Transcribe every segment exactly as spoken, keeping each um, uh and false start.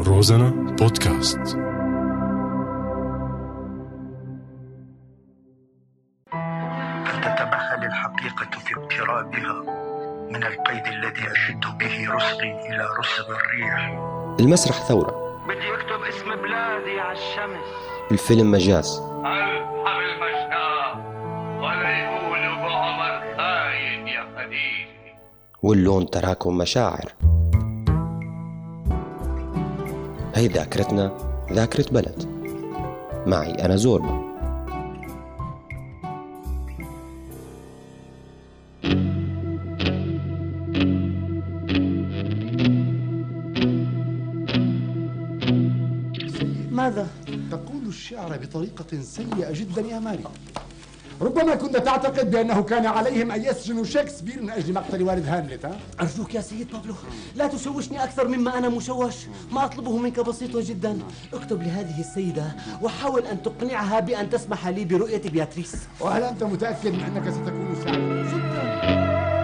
روزانا بودكاست. فلتتمهل الحقيقة في اقترابها من القيد الذي أشد به رسغي إلى رسغ الريح. المسرح ثورة. بدي أكتب اسم بلادي على الشمس. الفيلم مجاز. ألحم المشتاق ولا يقولوا بعمر خاين يا خديجي. واللون تراكم مشاعر. هي ذاكرتنا ذاكرة بلد. معي أنا زوربا. ماذا؟ تقول الشعر بطريقة سيئة جدا يا ماري. ربما كنت تعتقد بأنه كان عليهم أن يسجنوا شكسبير من أجل مقتل والد هاملت. ها؟ أرجوك يا سيد بابلو لا تشوشني أكثر مما أنا مشوش. ما أطلبه منك بسيط جدا. اكتب لهذه السيدة وحاول أن تقنعها بأن تسمح لي برؤية بياتريس. وهل أنت متأكد من أنك ستكون سعيدا؟ جدا.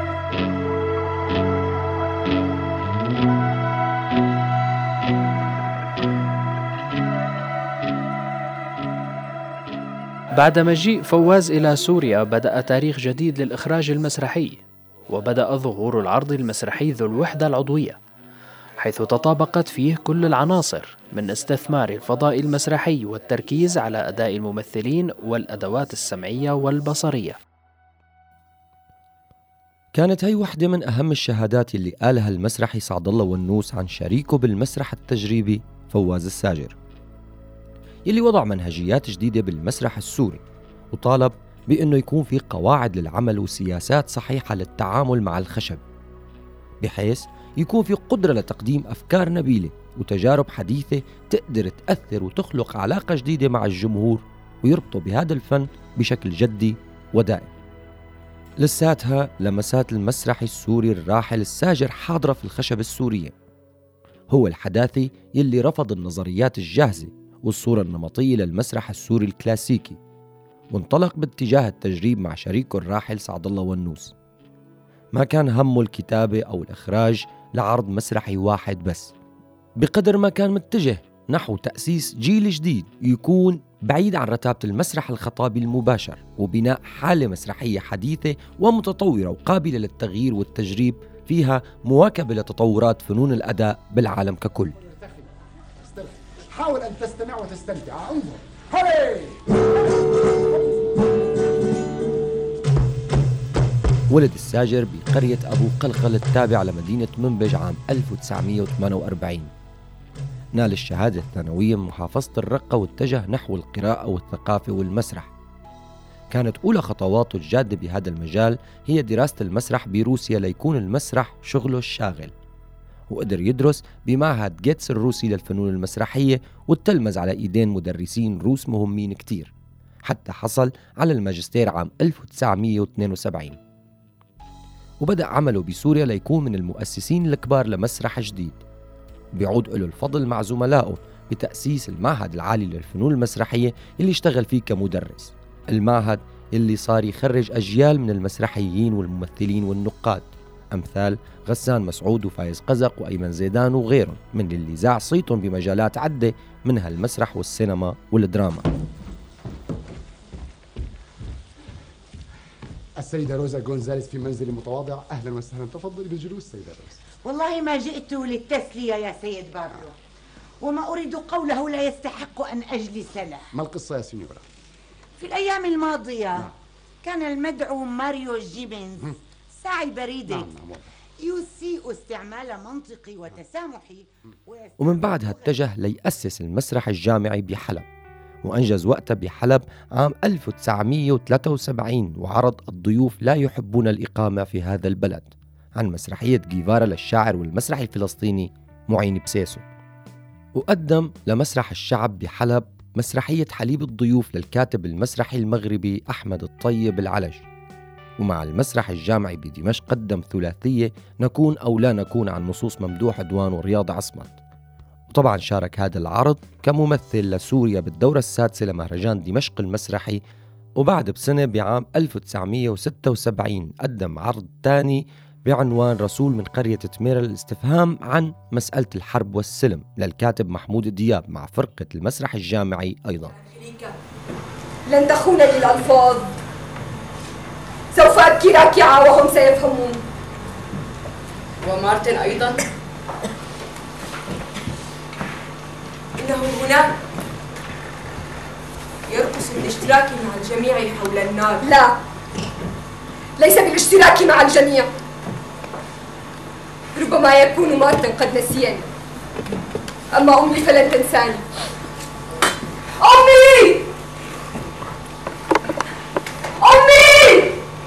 بعد مجيء فواز إلى سوريا بدأ تاريخ جديد للإخراج المسرحي، وبدأ ظهور العرض المسرحي ذو الوحدة العضوية، حيث تطابقت فيه كل العناصر من استثمار الفضاء المسرحي والتركيز على أداء الممثلين والأدوات السمعية والبصرية. كانت هي واحدة من أهم الشهادات اللي قالها المسرحي سعد الله والنوس عن شريكه بالمسرح التجريبي فواز الساجر، يلي وضع منهجيات جديدة بالمسرح السوري، وطالب بأنه يكون في قواعد للعمل وسياسات صحيحة للتعامل مع الخشب، بحيث يكون في قدرة لتقديم أفكار نبيلة وتجارب حديثة تقدر تأثر وتخلق علاقة جديدة مع الجمهور ويربطوا بهذا الفن بشكل جدي ودائم. لساتها لمسات المسرح السوري الراحل الساجر حاضرة في الخشب السورية. هو الحداثي يلي رفض النظريات الجاهزة والصورة النمطية للمسرح السوري الكلاسيكي، وانطلق باتجاه التجريب مع شريكه الراحل سعد الله والنوس. ما كان همه الكتابة أو الإخراج لعرض مسرحي واحد بس، بقدر ما كان متجه نحو تأسيس جيل جديد يكون بعيد عن رتابة المسرح الخطابي المباشر، وبناء حالة مسرحية حديثة ومتطورة وقابلة للتغيير والتجريب، فيها مواكبة لتطورات فنون الأداء بالعالم ككل. حاول أن تستمع وتستمتع. انظر هاي. ولد الساجر بقرية أبو قلقل التابعة لمدينة منبج عام ألف وتسعمائة وثمانية وأربعين. نال الشهادة الثانوية من محافظة الرقة واتجه نحو القراءة والثقافة والمسرح. كانت أولى خطواته الجادة بهذا المجال هي دراسة المسرح بروسيا ليكون المسرح شغله الشاغل، وقدر يدرس بمعهد جيتس الروسي للفنون المسرحية وتلمذ على إيدين مدرسين روس مهمين كتير، حتى حصل على الماجستير عام ألف وتسعمائة واثنين وسبعين. وبدأ عمله بسوريا ليكون من المؤسسين الكبار لمسرح جديد، بيعود له الفضل مع زملائه بتأسيس المعهد العالي للفنون المسرحية اللي اشتغل فيه كمدرس، المعهد اللي صار يخرج أجيال من المسرحيين والممثلين والنقاد، أمثال غسان مسعود وفايز قزق وأيمن زيدان وغيرهم من اللي زاع صيتهم بمجالات عدة منها المسرح والسينما والدراما. السيدة روزا غونزاليس في منزل متواضع. أهلا وسهلا، تفضلي بالجلوس سيدة روزا. والله ما جئت للتسلية يا سيد بابلو، وما أريد قوله لا يستحق أن أجلس له. ما القصة يا سينيورا؟ في الأيام الماضية نعم. كان المدعو ماريو جيبينز ساعي بريدك نعم نعم. يسيء استعمال منطقي وتسامحي، ومن بعدها اتجه ليأسس المسرح الجامعي بحلب، وأنجز وقته بحلب عام ألف وتسعمائة وثلاثة وسبعين وعرض الضيوف لا يحبون الإقامة في هذا البلد عن مسرحية جيفارا للشاعر والمسرح الفلسطيني معين بسيسو. وقدم لمسرح الشعب بحلب مسرحية حليب الضيوف للكاتب المسرحي المغربي أحمد الطيب العلج. ومع المسرح الجامعي بدمشق قدم ثلاثية نكون أو لا نكون عن نصوص ممدوح عدوان ورياض عصمت. وطبعا شارك هذا العرض كممثل لسوريا بالدورة السادسة لمهرجان دمشق المسرحي. وبعد بسنة بعام ألف وتسعمائة وستة وسبعين قدم عرض تاني بعنوان رسول من قرية تميرة للاستفهام عن مسألة الحرب والسلم للكاتب محمود دياب مع فرقة المسرح الجامعي أيضا. لن تخونني الألفاظ، سوف أبكي راكعة وهم سيفهمون. ومارتن أيضا، إنه هنا يرقص بالاشتراك مع الجميع حول النار. لا، ليس بالاشتراك مع الجميع. ربما يكون مارتن قد نسيني، أما أمي فلن تنساني. أمي! أمي!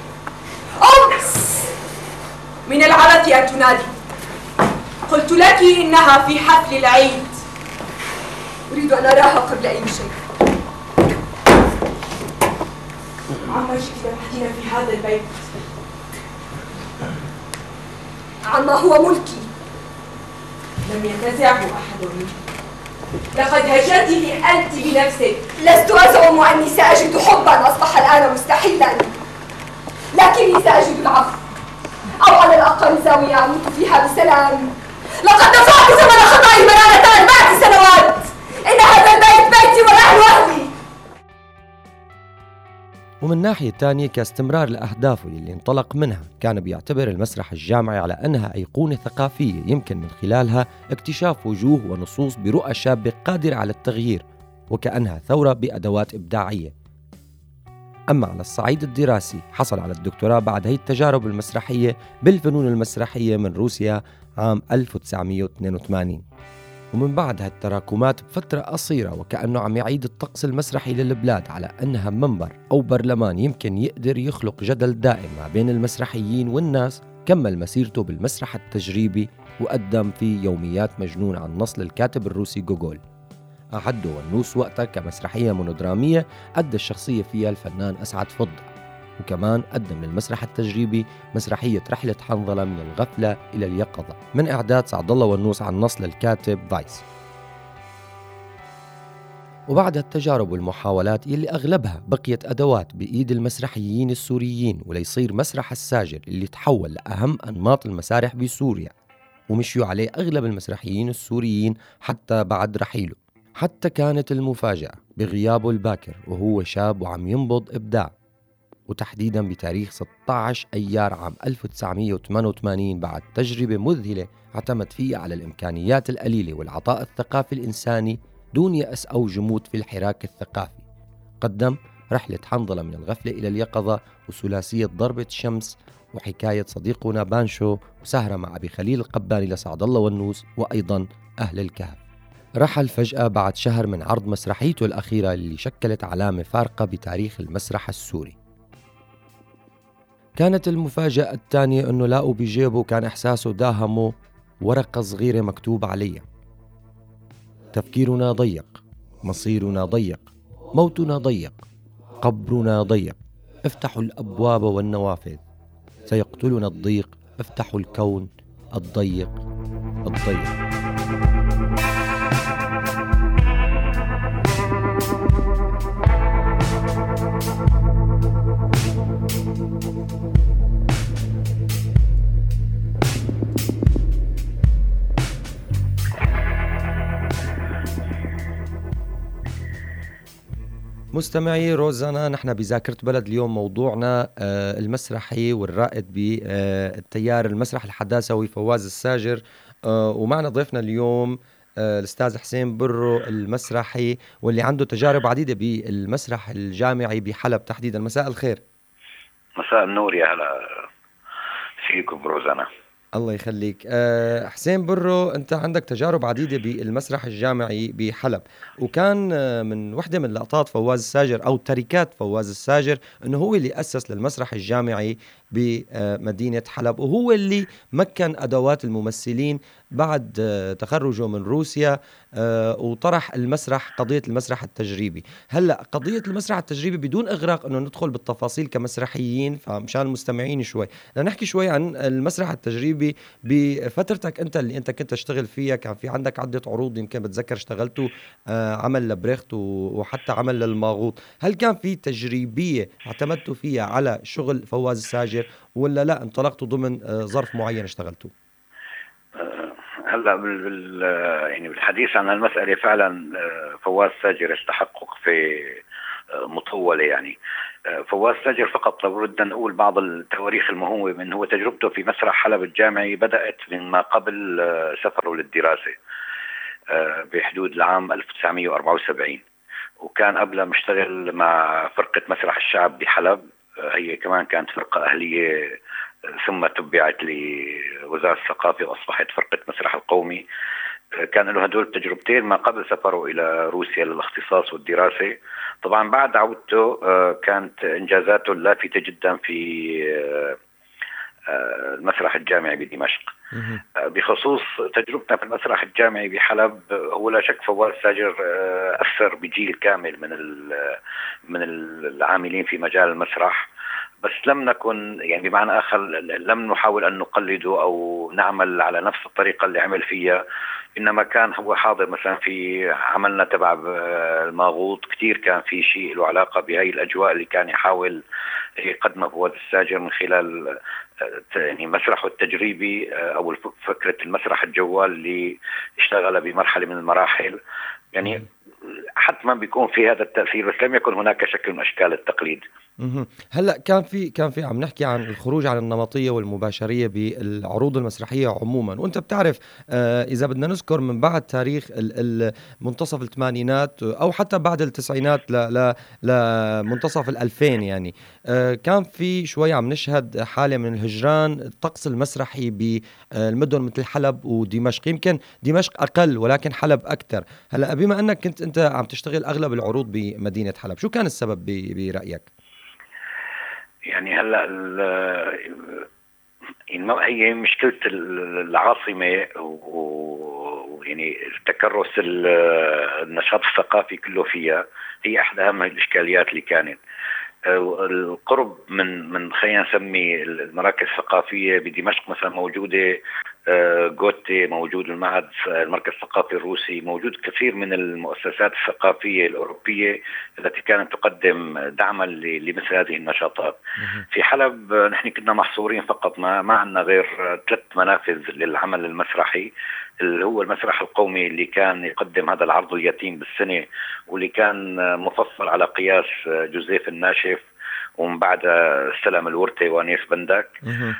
أمس! من العبث أن تنادي. قلت لك إنها في حفل العيد. أريد أن أراها قبل أي شيء. عما جئت تبحثين في هذا البيت؟ عما هو ملكي، لم ينتزعه أحد منه. لقد هجرتني أنت بنفسك. لست أزعم أني سأجد حبا أصبح الآن مستحيلا، لكني سأجد العفو، أو على الأقل زاوية أموت فيها بسلام. لقد دفعت ثمن خطأي مرارة أربع سنوات. إن هذا البيت بيتي والأهل أهلي. ومن ناحية تانية كاستمرار لأهدافه اللي انطلق منها، كان بيعتبر المسرح الجامعي على أنها أيقونة ثقافية يمكن من خلالها اكتشاف وجوه ونصوص برؤى شابة قادرة على التغيير، وكأنها ثورة بأدوات إبداعية. أما على الصعيد الدراسي، حصل على الدكتوراه بعد هي التجارب المسرحية بالفنون المسرحية من روسيا عام ألف وتسعمية واثنين وثمانين. ومن بعد هالتراكمات بفترة قصيرة، وكأنه عم يعيد الطقس المسرحي للبلاد على أنها منبر أو برلمان يمكن يقدر يخلق جدل دائم ما بين المسرحيين والناس، كمل مسيرته بالمسرح التجريبي وقدم في يوميات مجنون عن نص للكاتب الروسي جوجول. أعده ونوس وقتها كمسرحية مونودرامية أدى الشخصية فيها الفنان أسعد فضة، وكمان قدم للمسرح التجريبي مسرحية رحلة حنظلة من الغفلة إلى اليقظة من إعداد سعد الله والنوس عن نص للكاتب فايس. وبعد التجارب والمحاولات يلي أغلبها بقيت أدوات بإيد المسرحيين السوريين، وليصير مسرح الساجر اللي تحول لأهم أنماط المسارح بسوريا، ومشيوا عليه أغلب المسرحيين السوريين حتى بعد رحيله. حتى كانت المفاجأة بغيابه الباكر وهو شاب وعم ينبض إبداع، وتحديداً بتاريخ ستة عشر أيار عام ألف وتسعمية وثمانية وثمانين بعد تجربة مذهلة اعتمد فيها على الإمكانيات القليلة والعطاء الثقافي الإنساني دون يأس أو جمود في الحراك الثقافي. قدم رحلة حنظلة من الغفلة إلى اليقظة، وثلاثية ضربة الشمس، وحكاية صديقنا بانشو، وسهرة مع أبي خليل القباني لسعد الله والنوس، وأيضاً أهل الكهف. رحل فجأة بعد شهر من عرض مسرحيته الأخيرة اللي شكلت علامة فارقة بتاريخ المسرح السوري. كانت المفاجأة الثانية أنه لاقوا بجيبه كان إحساسه داهمه ورقة صغيرة مكتوب عليها: تفكيرنا ضيق، مصيرنا ضيق، موتنا ضيق، قبرنا ضيق، افتحوا الأبواب والنوافذ، سيقتلنا الضيق، افتحوا الكون الضيق الضيق. مستمعي روزانا، نحن بذاكرة بلد اليوم موضوعنا آه المسرحي والرائد بالتيار آه المسرح الحداثوي فواز الساجر، آه ومعنا ضيفنا اليوم آه الأستاذ حسين برو المسرحي، واللي عنده تجارب عديدة بالمسرح الجامعي بحلب تحديدا. مساء الخير. مساء النور، يا هلا فيكم روزانا. الله يخليك. أه حسين برو، أنت عندك تجارب عديدة بالمسرح الجامعي بحلب، وكان من وحدة من لقطات فواز الساجر أو تركات فواز الساجر أنه هو اللي أسس للمسرح الجامعي بمدينة حلب، وهو اللي مكن أدوات الممثلين بعد تخرجه من روسيا، وطرح المسرح قضية المسرح التجريبي. هلأ قضية المسرح التجريبي بدون إغراق أنه ندخل بالتفاصيل كمسرحيين، فمشان المستمعين شوي لنحكي شوي عن المسرح التجريبي التجريبي بفترتك انت اللي انت كنت تشتغل فيها؟ كان في عندك عده عروض يمكن بتذكر اشتغلتوا آه عمل لبريخت وحتى عمل للماغوط، هل كان في تجريبيه اعتمدتوا فيها على شغل فواز الساجر ولا لا انطلقتوا ضمن آه ظرف معين اشتغلتوا؟ هلا بال يعني بالحديث عن المسألة فعلا فواز ساجر يستحق في مطولة. يعني فواز ساجر فقط لو بدنا نقول بعض التواريخ المهمة من هو تجربته في مسرح حلب الجامعي بدأت من ما قبل سفره للدراسة بحدود العام ألف وتسعمئة وأربعة وسبعين، وكان قبلها مشتغل مع فرقة مسرح الشعب بحلب، هي كمان كانت فرقة أهلية ثم تبعت لوزارة الثقافة وأصبحت فرقة مسرح القومي. كان له هدول التجربتين ما قبل سفره إلى روسيا للاختصاص والدراسة. طبعا بعد عودته كانت إنجازاته اللافتة جدا في المسرح الجامعي بدمشق. بخصوص تجربتنا في المسرح الجامعي بحلب، هو لا شك فواز ساجر أثر بجيل كامل من من العاملين في مجال المسرح، بس لم نكن يعني بمعنى آخر لم نحاول أن نقلده أو نعمل على نفس الطريقة اللي عمل فيها، إنما كان هو حاضر مثلا في عملنا تبع الماغوط كتير كان في شيء له علاقة بهاي الأجواء اللي كان يحاول يقدمها فواز الساجر من خلال يعني مسرحه التجريبي أو فكرة المسرح الجوال اللي اشتغل بمرحلة من المراحل. يعني حتما بيكون في هذا التأثير، بس لم يكن هناك شكل من أشكال التقليد. هلا كان في كان في عم نحكي عن الخروج عن النمطيه والمباشريه بالعروض المسرحيه عموما، وانت بتعرف آه اذا بدنا نذكر من بعد تاريخ منتصف الثمانينات او حتى بعد التسعينات لمنتصف الألفين، يعني آه كان في شوي عم نشهد حاله من الهجران الطقس المسرحي بالمدن مثل حلب ودمشق، يمكن دمشق اقل ولكن حلب اكثر. هلا بما انك كنت انت عم تشتغل اغلب العروض بمدينه حلب، شو كان السبب برايك؟ يعني هلا هي مشكلة العاصمة ويعني تكرس النشاط الثقافي كله فيها هي أحد أهم الإشكاليات اللي كانت. القرب من من خلينا نسمي المراكز الثقافية بدمشق مثلا موجودة غوتي، موجود المعهد المركز الثقافي الروسي، موجود كثير من المؤسسات الثقافية الأوروبية التي كانت تقدم دعما لمثل هذه النشاطات. في حلب نحن كنا محصورين فقط، ما ما عندنا غير ثلاث منافذ للعمل المسرحي، اللي هو المسرح القومي اللي كان يقدم هذا العرض اليتيم بالسنة واللي كان مفصل على قياس جوزيف الناشف ومن بعد سلام الورتي وانيس بندك.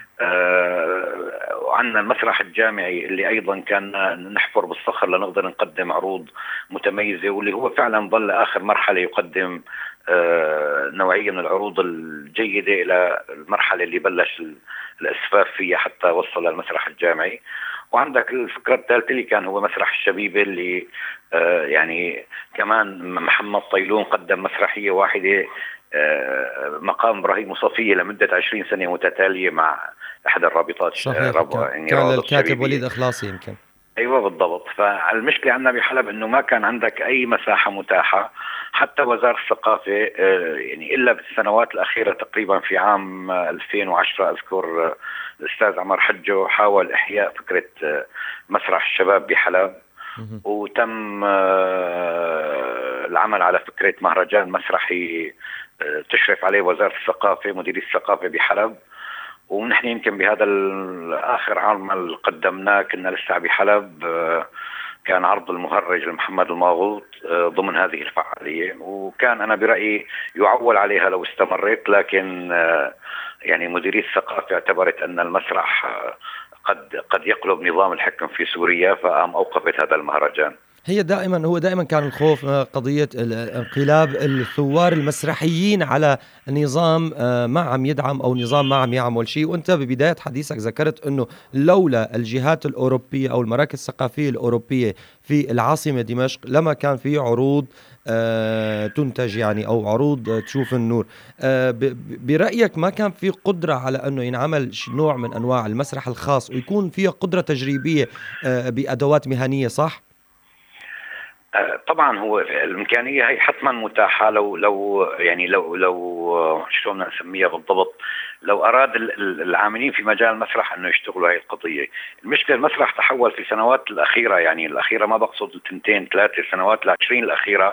آه وعندنا المسرح الجامعي اللي أيضا كان نحفر بالصخر لنقدر نقدم عروض متميزة، واللي هو فعلا ظل آخر مرحلة يقدم آه نوعية من العروض الجيدة إلى المرحلة اللي بلش الإسفاف فيها حتى وصل للمسرح الجامعي. وعندك الفكرة الثالثة اللي كان هو مسرح الشبيبة اللي آه يعني كمان محمد طيلون قدم مسرحية واحدة آه مقام إبراهيم صفية لمدة عشرين سنة متتالية مع أحد الرابطات. صحيح كان, يعني كان الكاتب وليد إخلاصي يمكن. أيوة بالضبط. فالمشكلة عندنا بحلب إنه ما كان عندك أي مساحة متاحة، حتى وزارة الثقافة يعني إلا بالسنوات الأخيرة تقريبا في عام ألفين وعشرة أذكر الأستاذ عمر حجو حاول إحياء فكرة مسرح الشباب بحلب، وتم العمل على فكرة مهرجان مسرحي تشرف عليه وزارة الثقافة مديرية الثقافة بحلب. ونحن يمكن بهذا الآخر عمل قدمناه كنا لسه بحلب، كان عرض المهرج لمحمد الماغوط ضمن هذه الفعالية، وكان أنا برأيي يعول عليها لو استمرت، لكن يعني مديرية الثقافة اعتبرت أن المسرح قد قد يقلب نظام الحكم في سوريا، فقام أوقفت هذا المهرجان. هي دائما هو دائما كان الخوف قضية انقلاب الثوار المسرحيين على نظام ما عم يدعم أو نظام ما عم يعمل شيء. وأنت ببداية حديثك ذكرت أنه لولا الجهات الأوروبية أو المراكز الثقافية الأوروبية في العاصمة دمشق لما كان في عروض تنتج يعني أو عروض تشوف النور. برأيك ما كان في قدرة على أنه ينعمل نوع من أنواع المسرح الخاص ويكون فيه قدرة تجريبية بأدوات مهنية صح؟ طبعا هو الإمكانية هي حتما متاحة لو لو يعني لو لو شو بدنا نسميها بالضبط، لو اراد العاملين في مجال المسرح انه يشتغلوا هذه القضيه. المشكله المسرح تحول في السنوات الاخيره، يعني الاخيره ما بقصد التنتين ثلاثه سنوات العشرين الاخيره،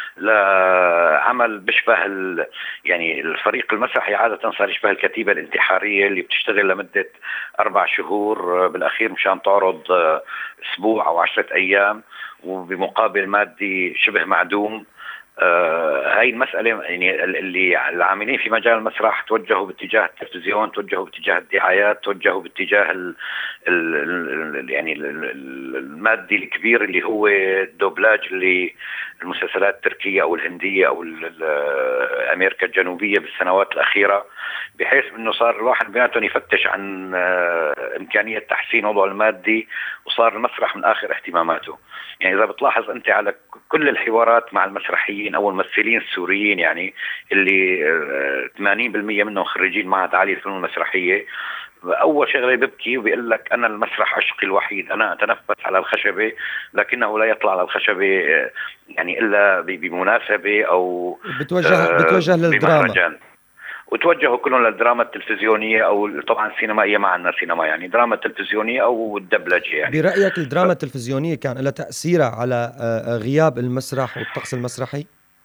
لعمل بيشبه يعني الفريق المسرحي عادة صار يشبه الكتيبة الانتحارية اللي بتشتغل لمدة أربع شهور بالأخير مشان تعرض أسبوع أو عشرة أيام وبمقابل مادي شبه معدوم. آه هاي المسألة يعني اللي العاملين في مجال المسرح توجهوا باتجاه التلفزيون، توجهوا باتجاه الدعايات، توجهوا باتجاه ال ال ال يعني المادي الكبير اللي هو الدوبلاج اللي المسلسلات التركية أو الهندية أو أمريكا الجنوبية بالسنوات الأخيرة، بحيث أنه صار الواحد بيناتهم يفتش عن إمكانية تحسين وضعه المادي، وصار المسرح من آخر اهتماماته. يعني إذا بتلاحظ أنت على كل الحوارات مع المسرحيين أو الممثلين السوريين يعني اللي ثمانين بالمئة منهم خريجين معهد عالي الفنون المسرحية، أول شغلة ببكي وبيقول لك أنا المسرح عشقي الوحيد، أنا أتنفس على الخشبة لكنه لا يطلع على الخشبة يعني إلا بمناسبة أو بتوجه بتوجه للدراما، وتوجهوا كلهم للدراما التلفزيونية أو طبعا السينمائية، ما عندنا سينما يعني دراما تلفزيونية أو الدبلجة. يعني برأيك الدراما التلفزيونية كان لها تأثير على غياب المسرح والطقس المسرحي؟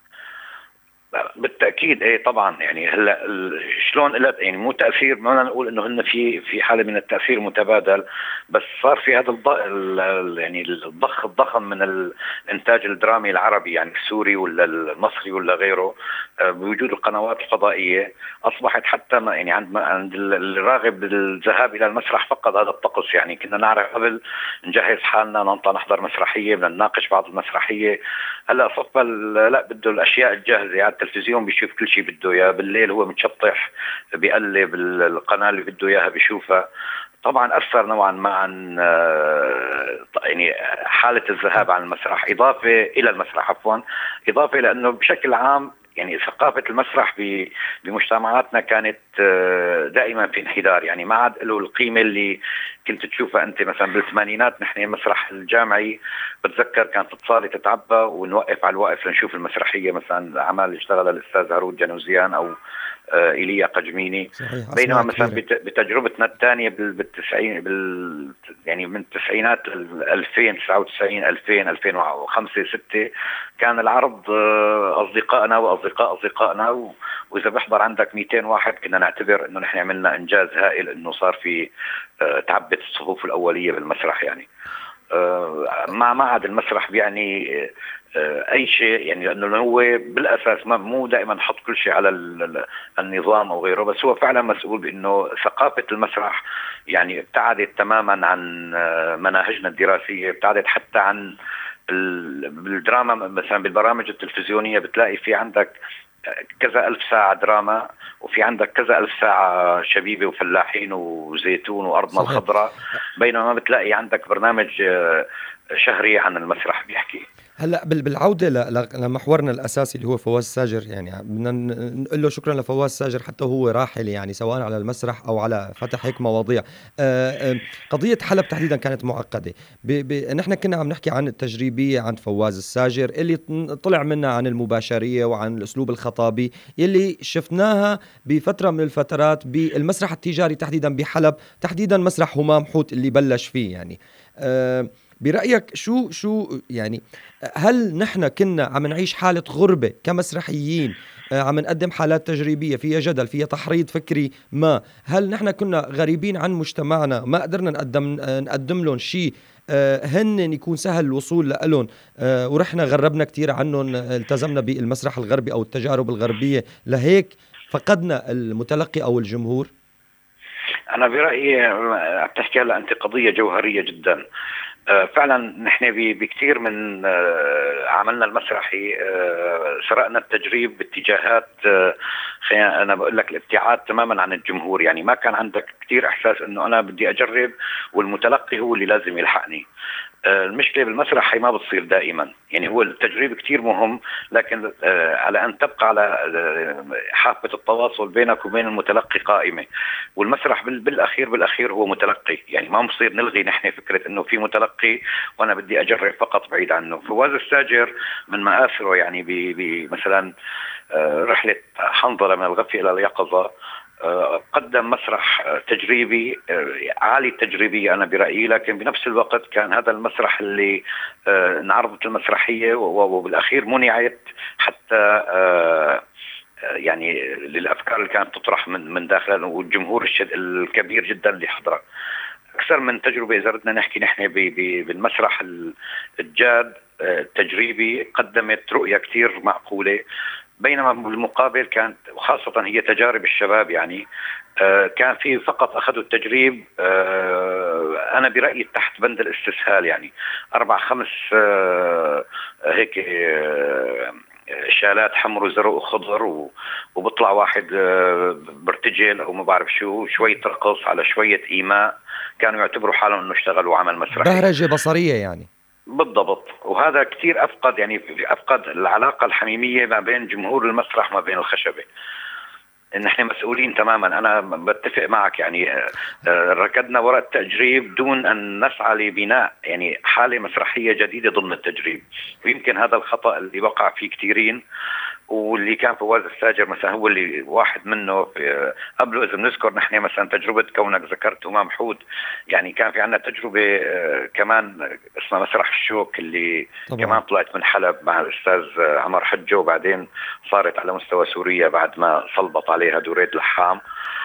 بالتاكيد ايه طبعا. يعني هلا شلون قلت يعني مو تاثير، ما نقول انه هن في في حاله من التاثير متبادل، بس صار في هذا الض... يعني الضخ الضخم من الانتاج الدرامي العربي يعني السوري ولا المصري ولا غيره بوجود القنوات الفضائيه، اصبحت حتى يعني عند عند الراغب بالذهاب الى المسرح فقد هذا الطقس. يعني كنا نعرف قبل نجهز حالنا ننطى نحضر مسرحيه بدنا نناقش بعض المسرحيه، هلا صفى لا بده الاشياء الجاهزه على التلفزيون، بيشوف كل شيء بده اياه، بالليل هو متشطح بيقلب القناه اللي بده اياها بيشوفها. طبعا اثر نوعا ما عن يعني حاله الذهاب عن المسرح، اضافه الى المسرح عفوا اضافه لانه بشكل عام يعني ثقافة المسرح بمجتمعاتنا كانت دائما في انحدار، يعني ما عاد له القيمة اللي كنت تشوفها أنت مثلا بالثمانينات. نحن المسرح الجامعي بتذكر كانت الصالة تتعبى ونوقف على الوقف لنشوف المسرحية، مثلا الأعمال اللي اشتغلها الأستاذ هارون جنوزيان أو إيليا قجميني. بينما مثلا بتجربتنا الثانية بالتسعين بال يعني من التسعينات ألفين تسعة وتسعين ألفين ألفين وخمسة ستة كان العرض أصدقائنا وأصدقاء أصدقائنا، وإذا بحضر عندك مئتين واحد كنا نعتبر إنه نحن عملنا إنجاز هائل إنه صار في تعبت الصفوف الأولية بالمسرح. يعني ما ما عاد المسرح بيعني اي شيء، يعني لانه هو بالاساس ما مو دائما نحط كل شيء على النظام او غيره، بس هو فعلا مسؤول بانه ثقافه المسرح يعني ابتعدت تماما عن مناهجنا الدراسيه، ابتعدت حتى عن بالدراما. مثلا بالبرامج التلفزيونيه بتلاقي في عندك كذا ألف ساعة دراما، وفي عندك كذا ألف ساعة شبيبة وفلاحين وزيتون وأرضنا الخضراء، بينما ما بتلاقي عندك برنامج شهري عن المسرح بيحكي. هلا بالعوده لمحورنا الاساسي اللي هو فواز ساجر، يعني بدنا نقول له شكرا لفواز ساجر حتى هو راحل يعني سواء على المسرح او على فتح هيك مواضيع. قضيه حلب تحديدا كانت معقده، نحن كنا عم نحكي عن التجريبيه عند فواز الساجر اللي طلع منا عن المباشريه وعن الاسلوب الخطابي اللي شفناها بفتره من الفترات بالمسرح التجاري تحديدا بحلب، تحديدا مسرح همام حوت اللي بلش فيه. يعني أه برأيك شو شو يعني هل نحن كنا عم نعيش حالة غربة كمسرحيين عم نقدم حالات تجريبية فيها جدل فيها تحريض فكري ما؟ هل نحن كنا غريبين عن مجتمعنا ما قدرنا نقدم نقدم لهم شيء هن يكون سهل الوصول لهم ورحنا غربنا كتير عنهم، التزمنا بالمسرح الغربي أو التجارب الغربية لهيك فقدنا المتلقي أو الجمهور؟ أنا برأيي بتحكي هلا أنت قضية جوهرية جدا. فعلا نحن بكثير من عملنا المسرحي سرقنا التجريب باتجاهات، انا بقول لك الابتعاد تماما عن الجمهور. يعني ما كان عندك كثير احساس انه انا بدي اجرب والمتلقي هو اللي لازم يلحقني. المشكلة بالمسرح هي ما بتصير دائما، يعني هو التجريب كتير مهم، لكن على أن تبقى على حافة التواصل بينك وبين المتلقي قائمة، والمسرح بالأخير بالأخير هو متلقي. يعني ما بصير نلغي نحن فكرة أنه في متلقي وأنا بدي أجرب فقط بعيد عنه. فواز الساجر من مآثره يعني بمثلا رحلة حنظلة من الغفلة إلى اليقظة قدم مسرح تجريبي عالي التجريبية أنا برأيي، لكن بنفس الوقت كان هذا المسرح اللي انعرضت المسرحية وبالأخير منعت حتى يعني للأفكار اللي كانت تطرح من من داخله والجمهور الكبير جدا اللي حضره. أكثر من تجربة إذا بدنا نحكي نحن بالمسرح الجاد التجريبي قدمت رؤية كتير معقولة، بينما بالمقابل كانت وخاصة هي تجارب الشباب يعني كان في فقط أخذوا التجريب أنا برأيي تحت بند الاستسهال، يعني أربع خمس هيك شالات حمر وزرق وخضر وبطلع واحد برتجل أو ما بعرف شو، شوية رقص على شوية إيماء، كانوا يعتبروا حالهم أنه اشتغلوا عمل مسرحي، بهرجة بصرية يعني. بالضبط. وهذا كتير أفقد يعني أفقد العلاقة الحميمية ما بين جمهور المسرح ما بين الخشبة. نحن مسؤولين تماما، أنا بتفق معك يعني ركضنا وراء التجريب دون أن نسعى لبناء يعني حالة مسرحية جديدة ضمن التجريب، ويمكن هذا الخطأ اللي وقع فيه كثيرين، واللي كان فواز الساجر مثلا هو اللي واحد منه. قبله إذا بنذكر نحن مثلا تجربة كونك ذكرت همام حود، يعني كان في عنا تجربة كمان اسمها مسرح الشوك اللي طبعا. كمان طلعت من حلب مع الأستاذ عمر حجة، وبعدين صارت على مستوى سوريا بعد ما صلبط عليها دريد لحام.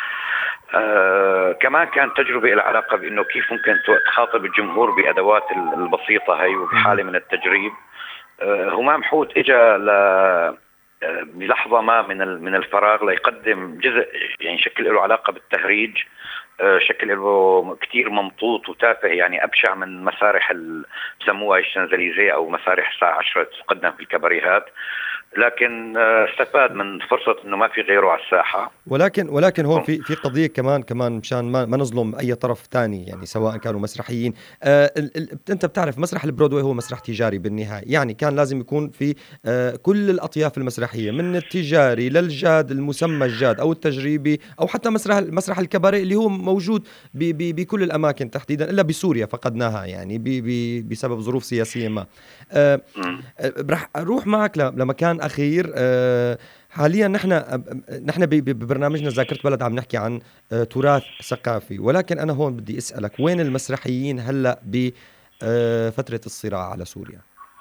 آه كمان كانت تجربة العلاقة بأنه كيف ممكن تخاطب الجمهور بأدوات البسيطة هي وبحالة من التجريب. آه همام حود إجا ل بلحظة ما من من الفراغ ليقدم جزء يعني شكل له علاقة بالتهريج، شكل له كتير ممطوط وتافه، يعني أبشع من مسارح بسموها الشانزليزيه أو مسارح الساعة عشرة تقدم في الكباريهات، لكن استفاد من فرصة إنه ما في غيره على الساحة. ولكن ولكن هون في في قضية كمان كمان مشان ما, ما نظلم أي طرف تاني، يعني سواء كانوا مسرحيين. آه ال ال أنت بتعرف مسرح البرودواي هو مسرح تجاري بالنهاية، يعني كان لازم يكون في آه كل الأطياف المسرحية من التجاري للجاد المسمى الجاد أو التجريبي أو حتى مسرح مسرح الكباري اللي هو موجود بكل الأماكن تحديدا إلا بسوريا فقدناها يعني بي بي بسبب ظروف سياسية ما. آه رح أروح معك لمكان أخير. أه حاليا نحن نحن ببرنامجنا ذاكرة بلد عم نحكي عن أه تراث ثقافي، ولكن أنا هون بدي أسألك وين المسرحيين هلأ بفترة الصراع على سوريا؟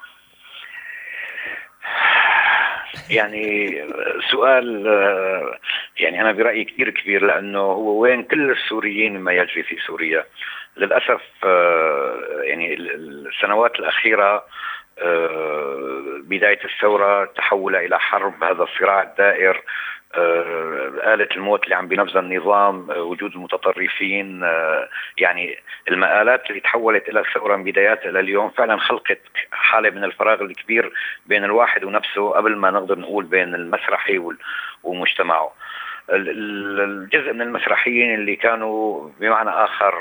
يعني سؤال يعني أنا برأيي كتير كبير، لأنه هو وين كل السوريين مما يجري في سوريا. للأسف يعني السنوات الأخيرة بداية الثورة تحول إلى حرب، هذا الصراع الدائر، آلة الموت اللي عم بنفذها النظام، وجود المتطرفين، يعني المآلات اللي تحولت إلى الثورة من بداياتها إلى اليوم فعلا خلقت حالة من الفراغ الكبير بين الواحد ونفسه قبل ما نقدر نقول بين المسرحي ومجتمعه. الجزء من المسرحيين اللي كانوا بمعنى آخر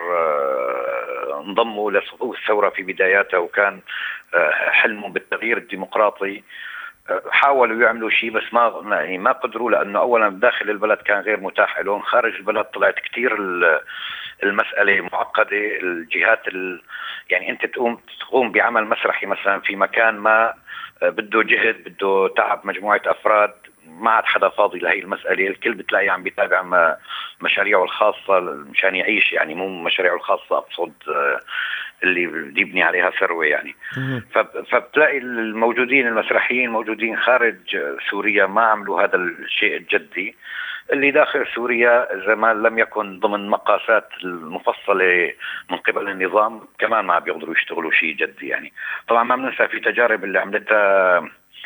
انضموا لصفوف الثورة في بداياتها وكان حلمهم بالتغيير الديمقراطي، حاولوا يعملوا شيء بس ما يعني ما قدروا، لأنه أولا داخل البلد كان غير متاح لهم، خارج البلد طلعت كتير المسألة معقدة. الجهات ال... يعني أنت تقوم تقوم بعمل مسرحي مثلا في مكان ما بده جهد، بده تعب مجموعة أفراد، ما عاد حدا فاضي لهي المسألة، الكل بتلاقي عم بيتابع مشاريعه الخاصة مشان يعيش، يعني مو مشاريعه الخاصة أقصد اللي يبني عليها ثروة يعني. فبتلاقي الموجودين المسرحيين موجودين خارج سوريا ما عملوا هذا الشيء الجدي. اللي داخل سوريا إذا ما لم يكن ضمن مقاسات المفصلة من قبل النظام كمان ما بيقدروا يشتغلوا شيء جدي يعني. طبعا ما بننسى في تجارب اللي عملتها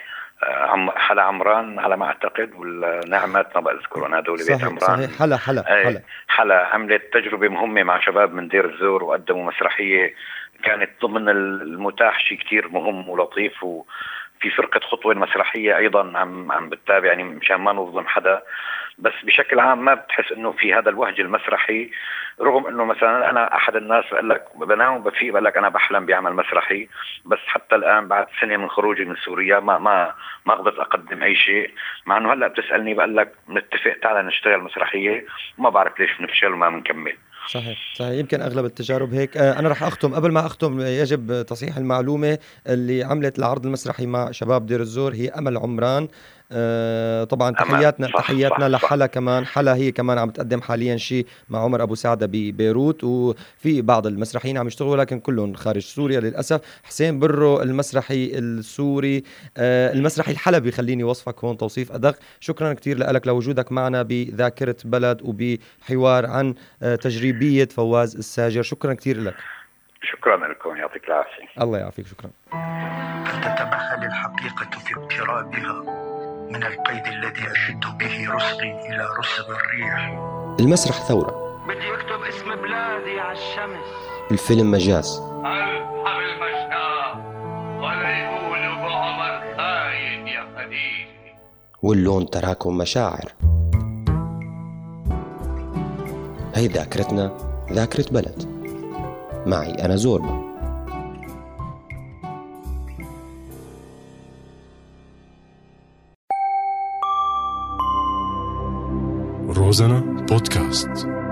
حلا عمران على ما أعتقد، والنعمات ما بذكرون هذول بيت عمران. صحيح. حلا حلا حلا حلا عملت تجربة مهمة مع شباب من دير الزور وقدموا مسرحية كانت ضمن المتاح شيء كتير مهم ولطيف. وفي فرقة خطوة المسرحية أيضا عم عم بتتابع يعني مشان ما نظلم حدا، بس بشكل عام ما بتحس إنه في هذا الوهج المسرحي، رغم إنه مثلا أنا أحد الناس قال لك بنام بفيق قال لك أنا بحلم بعمل مسرحي، بس حتى الآن بعد سنة من خروجي من سوريا ما ما ما قدرت أقدم أي شيء، مع إنه هلا بتسألني بقول لك نتفق تعالى نشتغل مسرحية، ما بعرف ليش بنفشل وما بنكمل. صحيح صحيح يمكن أغلب التجارب هيك. أنا رح أختم، قبل ما أختم يجب تصحيح المعلومة اللي عملت العرض المسرحي مع شباب دير الزور هي أمل عمران، آه طبعا تحياتنا صح تحياتنا صح لحلا كمان. حلا هي كمان عم تقدم حاليا شيء مع عمر أبو سعدة ببيروت، وفي بعض المسرحيين عم يشتغلوا لكن كلهم خارج سوريا للأسف. حسين برو المسرحي السوري، آه المسرحي الحلبي، خليني وصفك هون توصيف أدق. شكرا كتير لك لوجودك معنا بذاكرة بلد وبحوار عن آه تجريبية فواز الساجر. شكرا كتير لك. شكرا لكم، يعطيك العافية. الله يعافيك. شكرا. فلتتمهل الحقيقة في اقترابها من القيد الذي أشد به رسغي إلى رسغ الريح. المسرح ثورة. بدي أكتب اسم بلادي على الشمس. الفيلم مجاز. ألحم المشتاق ولا يقولوا بعمر خاين يا خديجي. واللون تراكم مشاعر. هي ذاكرتنا، ذاكرة بلد، معي أنا زوربا. روزانا بودكاست.